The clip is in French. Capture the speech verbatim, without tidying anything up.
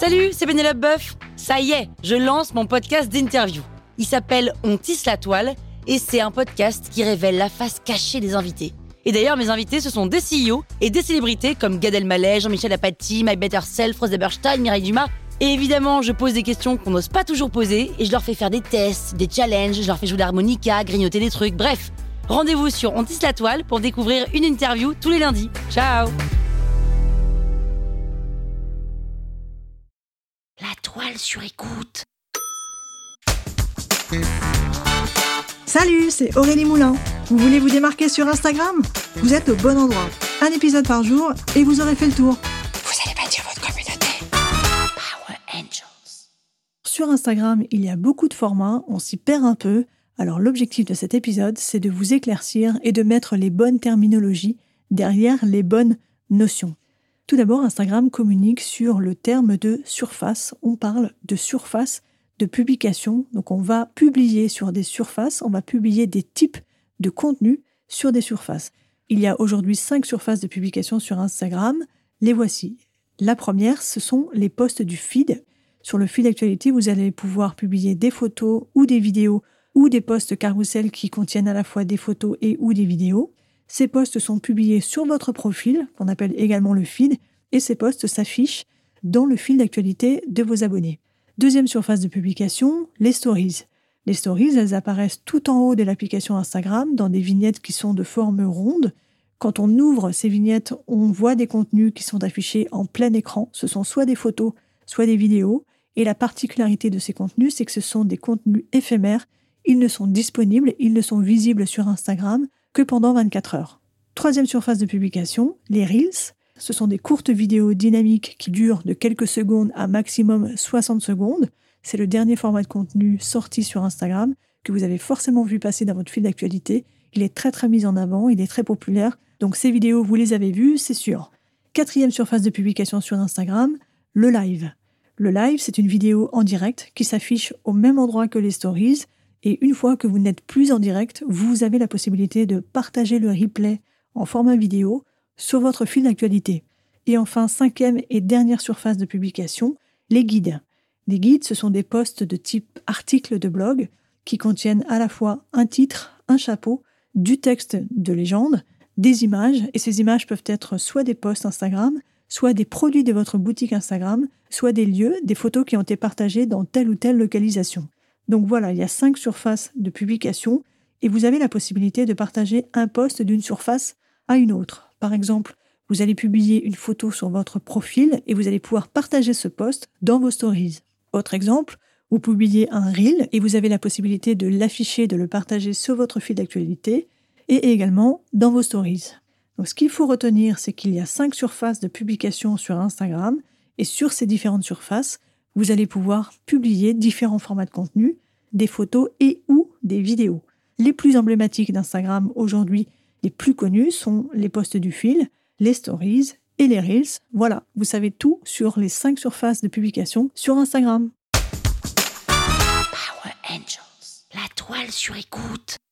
Salut, c'est Pénélope Boeuf. Ça y est, je lance mon podcast d'interview. Il s'appelle On tisse la toile et c'est un podcast qui révèle la face cachée des invités. Et d'ailleurs, mes invités, ce sont des C E O et des célébrités comme Gad Elmaleh, Jean-Michel Apathy, My Better Self, Rose Eberstein, Mireille Dumas. Et évidemment, je pose des questions qu'on n'ose pas toujours poser et je leur fais faire des tests, des challenges, je leur fais jouer l'harmonica, grignoter des trucs, bref. Rendez-vous sur On tisse la toile pour découvrir une interview tous les lundis. Ciao! La toile sur écoute. Salut, c'est Aurélie Moulin. Vous voulez vous démarquer sur Instagram ? Vous êtes au bon endroit. Un épisode par jour et vous aurez fait le tour. Vous allez bâtir votre communauté. Power Angels. Sur Instagram, il y a beaucoup de formats, on s'y perd un peu. Alors l'objectif de cet épisode, c'est de vous éclaircir et de mettre les bonnes terminologies derrière les bonnes notions. Tout d'abord, Instagram communique sur le terme de surface. On parle de surface de publication. Donc on va publier sur des surfaces, on va publier des types de contenus sur des surfaces. Il y a aujourd'hui cinq surfaces de publication sur Instagram. Les voici. La première, ce sont les posts du feed. Sur le feed d'actualité, vous allez pouvoir publier des photos ou des vidéos ou des posts carousel qui contiennent à la fois des photos et ou des vidéos. Ces posts sont publiés sur votre profil, qu'on appelle également le feed, et ces posts s'affichent dans le fil d'actualité de vos abonnés. Deuxième surface de publication, les stories. Les stories, elles apparaissent tout en haut de l'application Instagram dans des vignettes qui sont de forme ronde. Quand on ouvre ces vignettes, on voit des contenus qui sont affichés en plein écran. Ce sont soit des photos, soit des vidéos. Et la particularité de ces contenus, c'est que ce sont des contenus éphémères. Ils ne sont disponibles, ils ne sont visibles sur Instagram que pendant vingt-quatre heures. Troisième surface de publication, les Reels. Ce sont des courtes vidéos dynamiques qui durent de quelques secondes à maximum soixante secondes. C'est le dernier format de contenu sorti sur Instagram que vous avez forcément vu passer dans votre fil d'actualité. Il est très très mis en avant, il est très populaire. Donc ces vidéos, vous les avez vues, c'est sûr. Quatrième surface de publication sur Instagram, le live. Le live, c'est une vidéo en direct qui s'affiche au même endroit que les stories. Et une fois que vous n'êtes plus en direct, vous avez la possibilité de partager le replay en format vidéo sur votre fil d'actualité. Et enfin, cinquième et dernière surface de publication, les guides. Les guides, ce sont des posts de type article de blog qui contiennent à la fois un titre, un chapeau, du texte de légende, des images, et ces images peuvent être soit des posts Instagram, soit des produits de votre boutique Instagram, soit des lieux, des photos qui ont été partagées dans telle ou telle localisation. Donc voilà, il y a cinq surfaces de publication et vous avez la possibilité de partager un post d'une surface à une autre. Par exemple, vous allez publier une photo sur votre profil et vous allez pouvoir partager ce post dans vos stories. Autre exemple, vous publiez un reel et vous avez la possibilité de l'afficher, de le partager sur votre fil d'actualité et également dans vos stories. Donc ce qu'il faut retenir, c'est qu'il y a cinq surfaces de publication sur Instagram et sur ces différentes surfaces, vous allez pouvoir publier différents formats de contenu, des photos et ou des vidéos. Les plus emblématiques d'Instagram aujourd'hui, les plus connus sont les posts du fil, les stories et les reels. Voilà, vous savez tout sur les cinq surfaces de publication sur Instagram. Power Angels. La toile sur écoute.